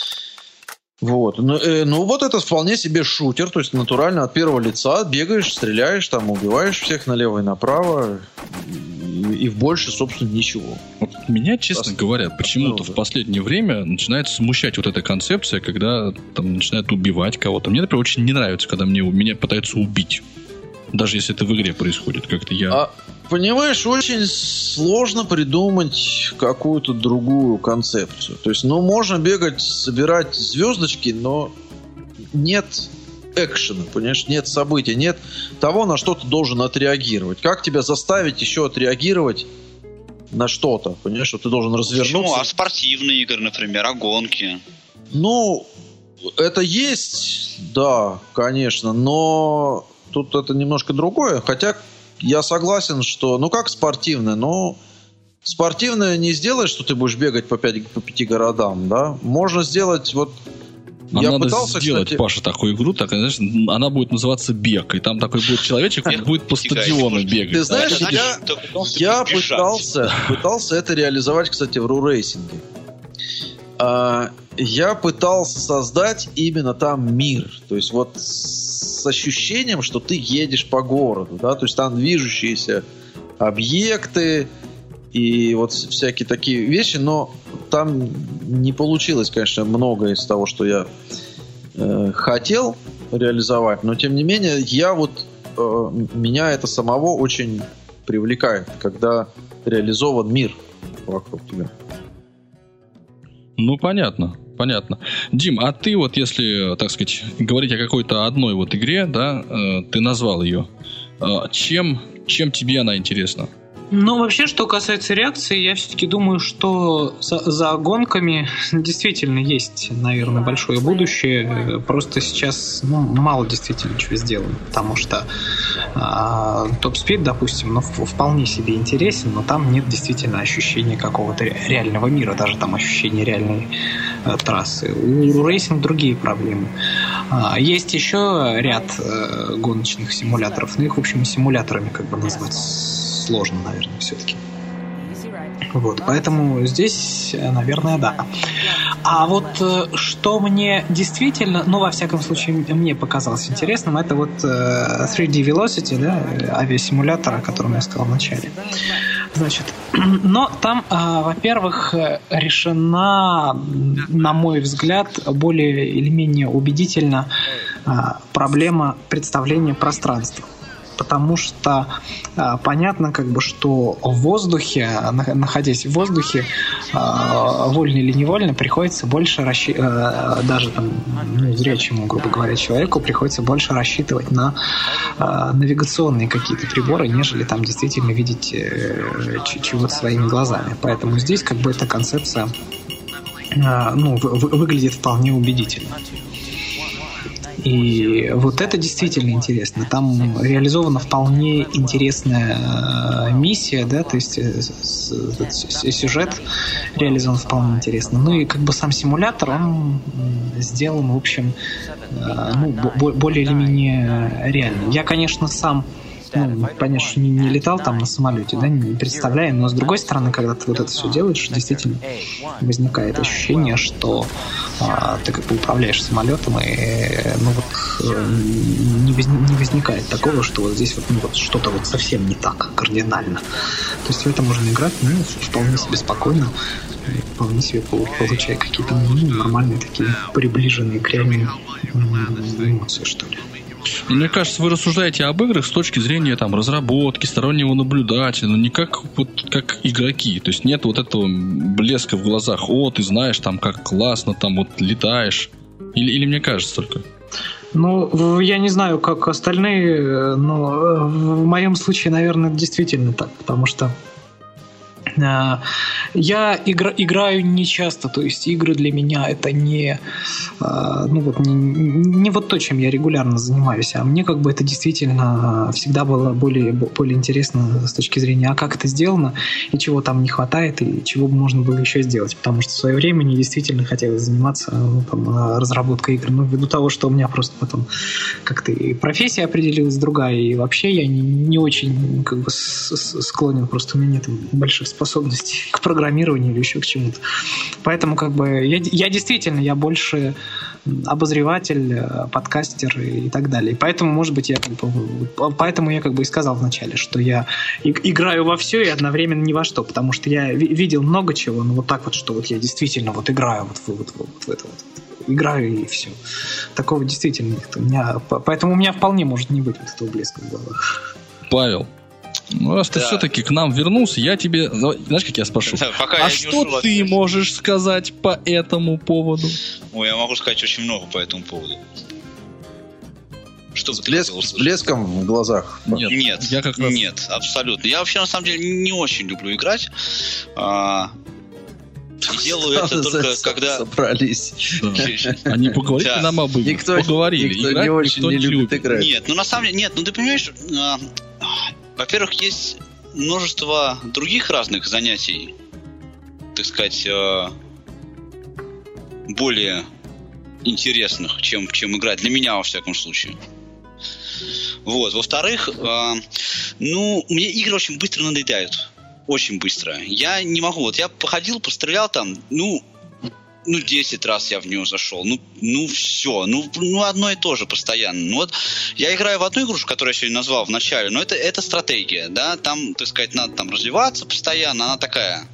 Вот. Ну, вот это вполне себе шутер, то есть натурально от первого лица бегаешь, стреляешь, там, убиваешь всех налево и направо, и больше, собственно, ничего. Вот меня, честно говоря, почему-то в последнее время начинает смущать вот эта концепция, когда там начинают убивать кого-то. Мне, например, очень не нравится, когда меня пытаются убить. Даже если это в игре происходит. Как-то я... Понимаешь, очень сложно придумать какую-то другую концепцию. То есть, можно бегать, собирать звездочки, но нет экшена, понимаешь, нет события, нет того, на что ты должен отреагировать. Как тебя заставить еще отреагировать на что-то, понимаешь, что ты должен развернуться? Почему? А спортивные игры, например, а гонки? Ну, это есть, да, конечно, но тут это немножко другое, хотя я согласен, что, как спортивное, но спортивное не сделаешь, что ты будешь бегать по 5 городам, да? Можно сделать вот... Надо пытался, сделать, кстати... Паша, такую игру, так, знаешь, она будет называться «Бег», и там такой будет человечек, который будет по стадиону бегать. Ты знаешь, я пытался это реализовать, кстати, в ру-рейсинге. Я пытался создать именно там мир, то есть вот с ощущением, что ты едешь по городу, да, то есть там движущиеся объекты и вот всякие такие вещи, но там не получилось, конечно, многое из того, что я хотел реализовать, но тем не менее меня это самого очень привлекает, когда реализован мир вокруг тебя. Ну, понятно. Дим, а ты вот, если, так сказать, говорить о какой-то одной вот игре, да, ты назвал ее, чем тебе она интересна? Ну, вообще, что касается реакции, я все-таки думаю, что за гонками действительно есть, наверное, большое будущее. Просто сейчас мало действительно чего сделано. Потому что Top Speed, допустим, вполне себе интересен, но там нет действительно ощущения какого-то реального мира, даже там ощущения реальной трассы. У Racing другие проблемы. Есть еще ряд гоночных симуляторов, но их, в общем, симуляторами как бы назвать сложно, наверное, все-таки. Вот, поэтому здесь, наверное, да. А вот что мне действительно, во всяком случае, мне показалось интересным, это вот 3D Velocity, да, авиасимулятор, о котором я сказал в начале. Значит, но там, во-первых, решена, на мой взгляд, более или менее убедительно проблема представления пространства. Потому что понятно, как бы, что в воздухе, находясь в воздухе, вольно или невольно, приходится больше даже там, зрячему, грубо говоря, человеку приходится больше рассчитывать на навигационные какие-то приборы, нежели там действительно видеть чего-то своими глазами. Поэтому здесь как бы эта концепция выглядит вполне убедительно. И вот это действительно интересно. Там реализована вполне интересная миссия, да, то есть сюжет реализован вполне интересно. Ну и как бы сам симулятор, он сделан, в общем, более или менее реально. Я, конечно, сам понятно, что не летал там на самолете, да, не представляю, но с другой стороны, когда ты вот это все делаешь, действительно возникает ощущение, что ты как бы управляешь самолетом, и не возникает такого, что вот здесь вот что-то вот совсем не так кардинально. То есть в это можно играть, вполне себе спокойно, вполне себе получая какие-то нормальные такие приближенные к реальным эмоции, что ли. Мне кажется, вы рассуждаете об играх с точки зрения там разработки, стороннего наблюдателя, но не как игроки. То есть нет вот этого блеска в глазах. О, ты знаешь, там как классно, там вот летаешь. Или мне кажется только? Ну, я не знаю, как остальные, но в моем случае, наверное, действительно так, потому что я играю не часто, то есть игры для меня это не вот то, чем я регулярно занимаюсь, а мне как бы это действительно всегда было более интересно с точки зрения, а как это сделано, и чего там не хватает, и чего бы можно было еще сделать, потому что в свое время мне действительно хотелось заниматься разработкой игр, но ввиду того, что у меня просто потом как-то и профессия определилась другая, и вообще я не очень как бы склонен, просто у меня нет больших способностей к программированию или еще к чему-то. Поэтому как бы я действительно, я больше обозреватель, подкастер и так далее. И поэтому, может быть, поэтому я как бы и сказал вначале, что я играю во все и одновременно ни во что, потому что я видел много чего, но вот так вот, что вот я действительно вот играю вот в это вот. Играю и все. Такого действительно нет. Поэтому у меня вполне может не быть вот этого блеска в глазах. Павел, раз ты все-таки к нам вернулся, я тебе... Знаешь, как я спрошу? А что ты можешь сказать по этому поводу? Ой, я могу сказать очень много по этому поводу. Что с блеском в глазах? Нет, абсолютно. Я вообще, на самом деле, не очень люблю играть. Делаю это только когда... Собрались. Они поговорили нам об играх. Поговорили. Никто не очень не любит играть. Нет, на самом деле... Нет, ты понимаешь... Во-первых, есть множество других разных занятий, так сказать, более интересных, чем играть. Для меня, во всяком случае. Вот. Во-вторых, мне игры очень быстро надоедают. Очень быстро. Я не могу. Вот я походил, пострелял там, 10 раз я в нее зашел. Все. Одно и то же постоянно. Вот я играю в одну игрушку, которую я сегодня назвал в начале, но это стратегия, да, там, так сказать, надо там развиваться постоянно, она такая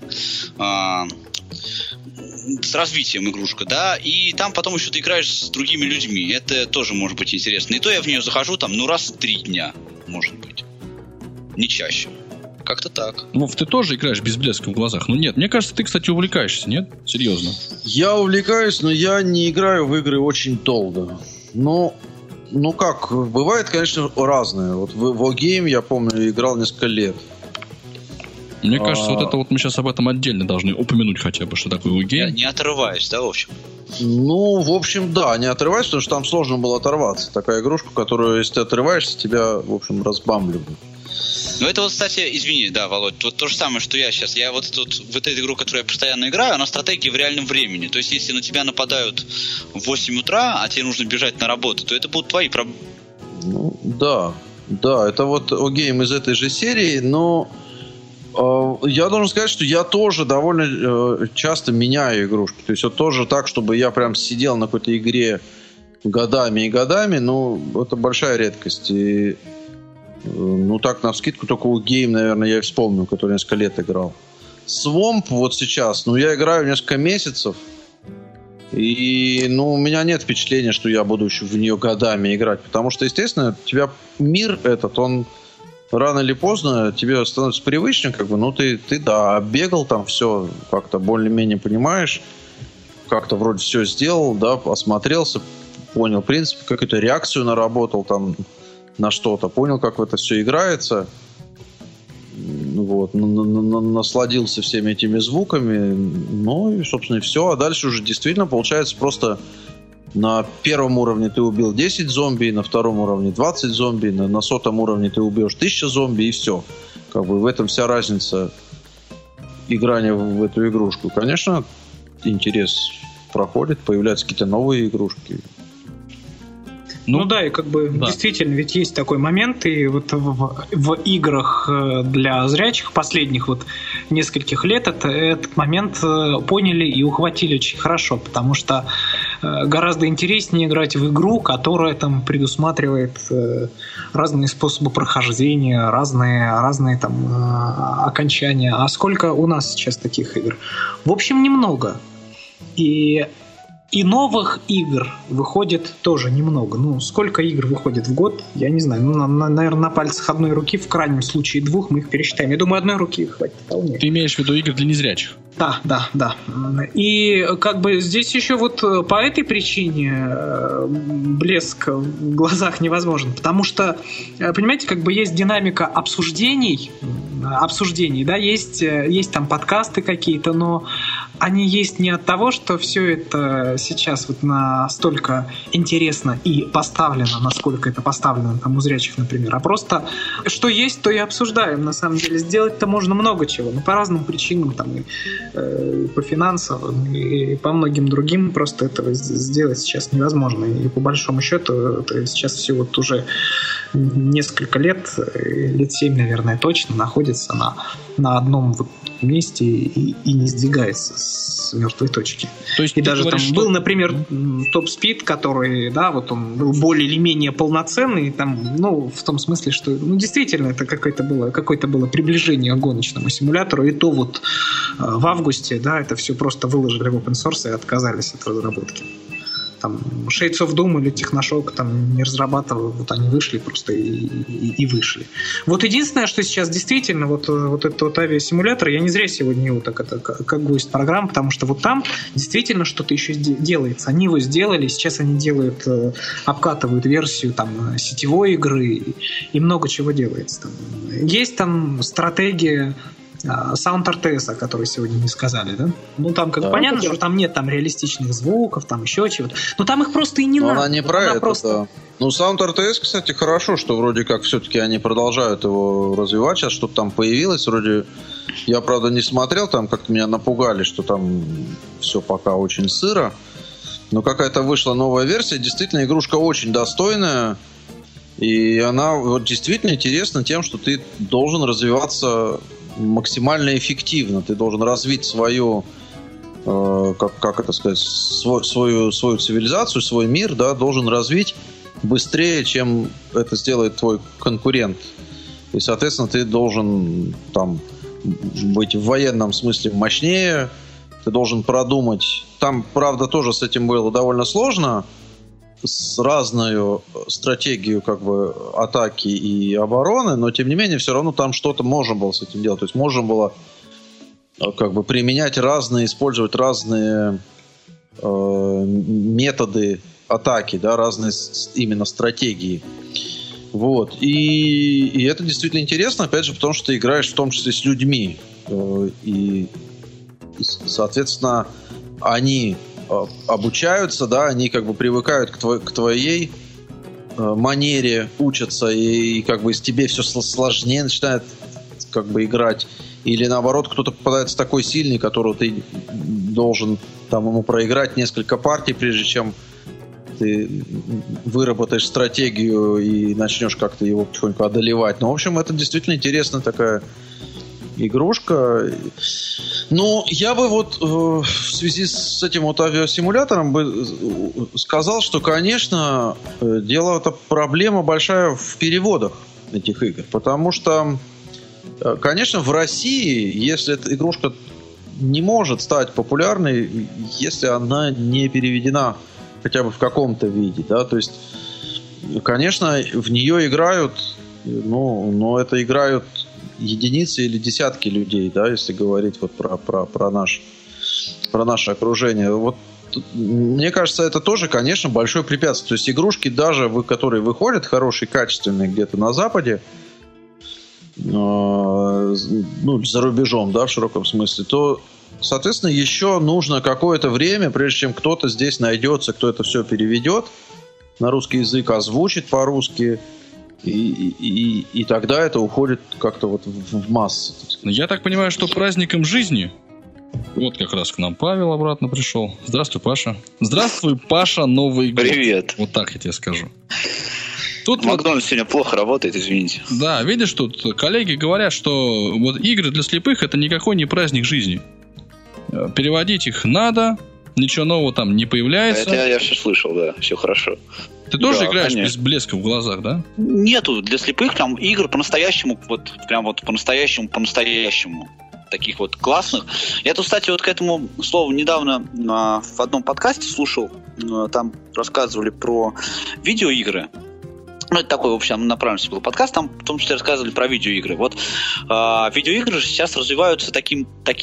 с развитием игрушка, да, и там потом еще ты играешь с другими людьми, это тоже может быть интересно. И то я в нее захожу там, раз в 3 дня, может быть. Не чаще. Как-то так. Вов, ты тоже играешь без блеска в глазах? Нет. Мне кажется, ты, кстати, увлекаешься, нет? Серьезно. Я увлекаюсь, но я не играю в игры очень долго. Как? Бывает, конечно, разное. Вот в Wargame, я помню, играл несколько лет. Мне кажется, вот это вот мы сейчас об этом отдельно должны упомянуть хотя бы, что такое Wargame. Не отрываюсь, да, в общем? В общем, да, не отрываюсь, потому что там сложно было оторваться. Такая игрушка, которую, если ты отрываешься, тебя, в общем, разбамбливают. Это вот, кстати, извини, да, Володь, вот то же самое, что я сейчас. Я вот тут в этой игру, которую я постоянно играю, она стратегия в реальном времени. То есть, если на тебя нападают в 8 утра, а тебе нужно бежать на работу, то это будут твои проблемы. Да, это вот Wargame из этой же серии, но я должен сказать, что я тоже довольно часто меняю игрушки. То есть, вот тоже так, чтобы я прям сидел на какой-то игре годами и годами, это большая редкость. И так, навскидку, только Wargame, наверное, я и вспомнил, который несколько лет играл. Swamp вот сейчас, я играю несколько месяцев, и, у меня нет впечатления, что я буду еще в нее годами играть, потому что, естественно, у тебя мир этот, он рано или поздно тебе становится привычным, ты бегал там все, как-то более-менее понимаешь, как-то вроде все сделал, да, осмотрелся, понял принцип, какую-то реакцию наработал там, на что-то, понял, как в это все играется, насладился всеми этими звуками, и, собственно, и все. А дальше уже действительно получается просто на первом уровне ты убил 10 зомби, на втором уровне 20 зомби, на 100-м уровне ты убьешь 1000 зомби, и все. В этом вся разница играния в эту игрушку. Конечно, интерес проходит, появляются какие-то новые игрушки. И действительно, ведь есть такой момент, и вот в играх для зрячих последних нескольких лет этот момент поняли и ухватили очень хорошо, потому что гораздо интереснее играть в игру, которая там предусматривает разные способы прохождения, разные там окончания. А сколько у нас сейчас таких игр? В общем, немного. И новых игр выходит тоже немного. Ну, сколько игр выходит в год, я не знаю. Ну, наверное, на пальцах одной руки, в крайнем случае 2, мы их пересчитаем. Я думаю, одной руки хватит вполне. Ты имеешь в виду игры для незрячих? Да. И как бы здесь еще вот по этой причине блеск в глазах невозможен. Потому что, понимаете, как бы есть динамика обсуждений, да, есть там подкасты какие-то, но они есть не от того, что все это сейчас вот настолько интересно и поставлено, насколько это поставлено там у зрячих, например, а просто что есть, то и обсуждаем. На самом деле сделать-то можно много чего, но по разным причинам, там, и по финансовым, и по многим другим просто этого сделать сейчас невозможно. И по большому счету это сейчас все вот уже несколько лет 7, наверное, точно находится на одном вот месте и не сдвигается с мертвой точки. То есть и даже говоришь, там был, например, Top Speed, который, да, вот он был более или менее полноценный, там, ну, в том смысле, что, ну, действительно, это какое-то было приближение к гоночному симулятору, и то вот в августе, да, это все просто выложили в open source и отказались от разработки. Там Shades of Doom или Техношок там не разрабатывал, вот они вышли просто и вышли. Вот единственное, что сейчас действительно вот этот вот авиасимулятор, я не зря сегодня его так это как гость программ, потому что вот там действительно что-то еще делается. Они его сделали, сейчас они делают, обкатывают версию там сетевой игры и много чего делается. Там. Есть там стратегия Sound RTS, о которой сегодня не сказали, да? Ну, там как понятно, что там нет там реалистичных звуков, там еще чего-то. Но там их просто и не надо. Она не про это, просто... да. Ну, Sound RTS, кстати, хорошо, что вроде как все-таки они продолжают его развивать. Сейчас что-то там появилось. Вроде я, правда, не смотрел, там как-то меня напугали, что там все пока очень сыро. Но какая-то вышла новая версия. Действительно, игрушка очень достойная. И она вот действительно интересна тем, что ты должен развиваться максимально эффективно. Ты должен развить свою, как это сказать, свою цивилизацию, свой мир, да, должен развить быстрее, чем это сделает твой конкурент. И, соответственно, ты должен там быть в военном смысле мощнее, ты должен продумать. Там, правда, тоже с этим было довольно сложно, с разной стратегией как бы атаки и обороны, но тем не менее все равно там что-то можно было с этим делать. То есть можно было как бы применять разные, использовать разные методы атаки, да, разные именно стратегии. Вот. И это действительно интересно, опять же, потому что ты играешь в том числе с людьми. И соответственно, они обучаются, да, они как бы привыкают к твоей манере, учатся, и как бы тебе все сложнее начинает как бы играть. Или наоборот, кто-то попадается такой сильный, которого ты должен там ему проиграть несколько партий, прежде чем ты выработаешь стратегию и начнешь как-то его потихоньку одолевать. Ну, в общем, это действительно интересная такая игрушка. Ну, я бы вот в связи с этим вот авиасимулятором бы сказал, что, конечно, это проблема большая в переводах этих игр. Потому что, конечно, в России, если эта игрушка не может стать популярной, если она не переведена хотя бы в каком-то виде, да, то есть, конечно, в нее играют, но это играют единицы или десятки людей, да, если говорить вот про наше окружение. Вот мне кажется, это тоже, конечно, большое препятствие. То есть игрушки, даже которые выходят хорошие, качественные где-то на Западе, ну, за рубежом, да, в широком смысле, то, соответственно, еще нужно какое-то время, прежде чем кто-то здесь найдется, кто это все переведет на русский язык, озвучит по-русски, и тогда это уходит как-то вот в массы. Я так понимаю, что праздником жизни... Вот как раз к нам Павел обратно пришел. Здравствуй, Паша. Здравствуй, Паша, Новый год. Привет. Вот так я тебе скажу. Тут Макдональдс сегодня плохо работает, извините. Да, видишь, тут коллеги говорят, что вот игры для слепых — это никакой не праздник жизни. Переводить их надо, Ничего нового там не появляется. Это я все слышал, да, все хорошо. Ты тоже да, играешь конечно. без блеска в глазах, да? Нету для слепых там игр по-настоящему, вот прям вот по-настоящему. Таких вот классных. Я тут, кстати, вот к этому слову недавно в одном подкасте слушал, там рассказывали про видеоигры. Ну, это такой, в общем, направленности был подкаст, там в том числе рассказывали про видеоигры. Вот видеоигры же сейчас развиваются такими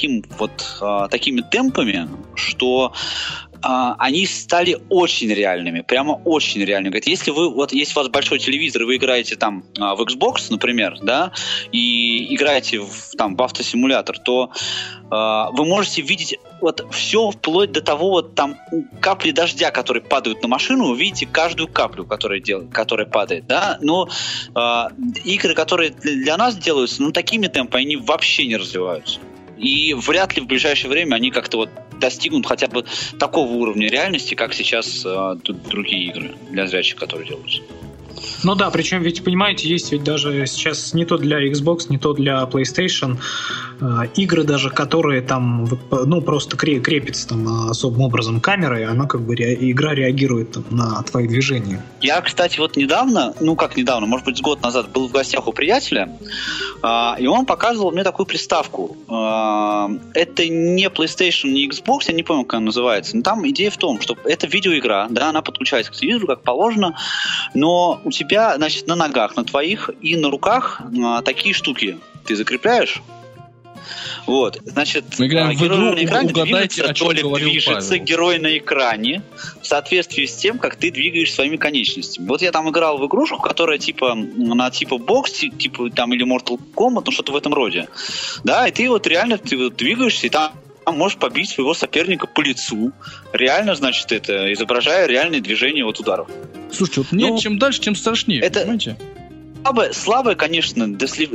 темпами, что они стали очень реальными, прямо очень реальными. Говорит, если у вас большой телевизор, и вы играете там в Xbox, например, да, и играете в автосимулятор, то вы можете видеть вот все вплоть до того, вот там капли дождя, которые падают на машину, вы видите каждую каплю, которая падает, да, но игры, которые для нас делаются, такими темпами, они вообще не развиваются. И вряд ли в ближайшее время они как-то вот достигнут хотя бы такого уровня реальности, как сейчас другие игры для зрячих, которые делаются. Ну да, причем ведь, понимаете, есть ведь даже сейчас не то для Xbox, не то для PlayStation игры даже, которые там, просто крепятся там особым образом камерой, она как бы игра реагирует там на твои движения. Я, кстати, вот недавно, может быть, с год назад был в гостях у приятеля, и он показывал мне такую приставку. Это не PlayStation, не Xbox, я не помню, как она называется, но там идея в том, что это видеоигра, да, она подключается к телевизору, как положено, но у тебя, значит, на ногах, на твоих и на руках такие штуки ты закрепляешь. Вот, значит, мы играем в игру, на экране угадайте, о чем говорил движется Павел. Герой на экране в соответствии с тем, как ты двигаешь своими конечностями. Вот я там играл в игрушку, которая типа бокс, типа там или Mortal Kombat, что-то в этом роде. Да, и ты вот реально двигаешься, и там можешь побить своего соперника по лицу. Реально, значит, это изображая реальные движения ударов. Слушайте, вот нет, чем дальше, тем страшнее, понимаете? Слабая, конечно,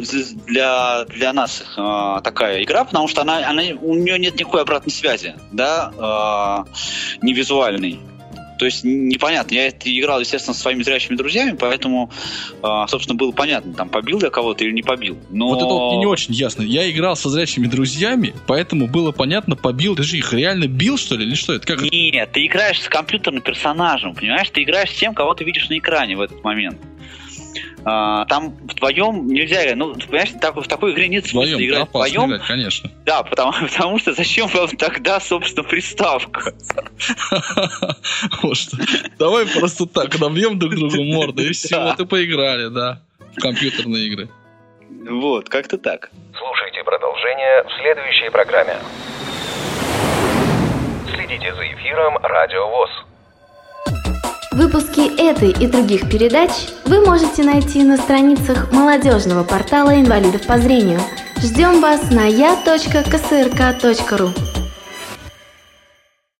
для нас такая игра, потому что у нее нет никакой обратной связи, да, не визуальной. То есть непонятно. Я это играл, естественно, со своими зрячими друзьями, поэтому, собственно, было понятно, там побил я кого-то или не побил. Но... Вот это вот не очень ясно. Я играл со зрячими друзьями, поэтому было понятно, побил. Ты же их реально бил, что ли, или что это? Как Нет, ты играешь с компьютерным персонажем, понимаешь? Ты играешь с тем, кого ты видишь на экране в этот момент. Там вдвоем нельзя играть. Понимаешь, в такой игре нет смысла играть вдвоем. Играть, конечно. Да, потому что зачем вам тогда, собственно, приставка? Давай просто так набьем друг другу морды, и все, вот и поиграли, да, в компьютерные игры. Вот, как-то так. Слушайте продолжение в следующей программе. Следите за эфиром Радио ВОС. Выпуски этой и других передач вы можете найти на страницах молодежного портала инвалидов по зрению. Ждем вас на я.ксрк.ру.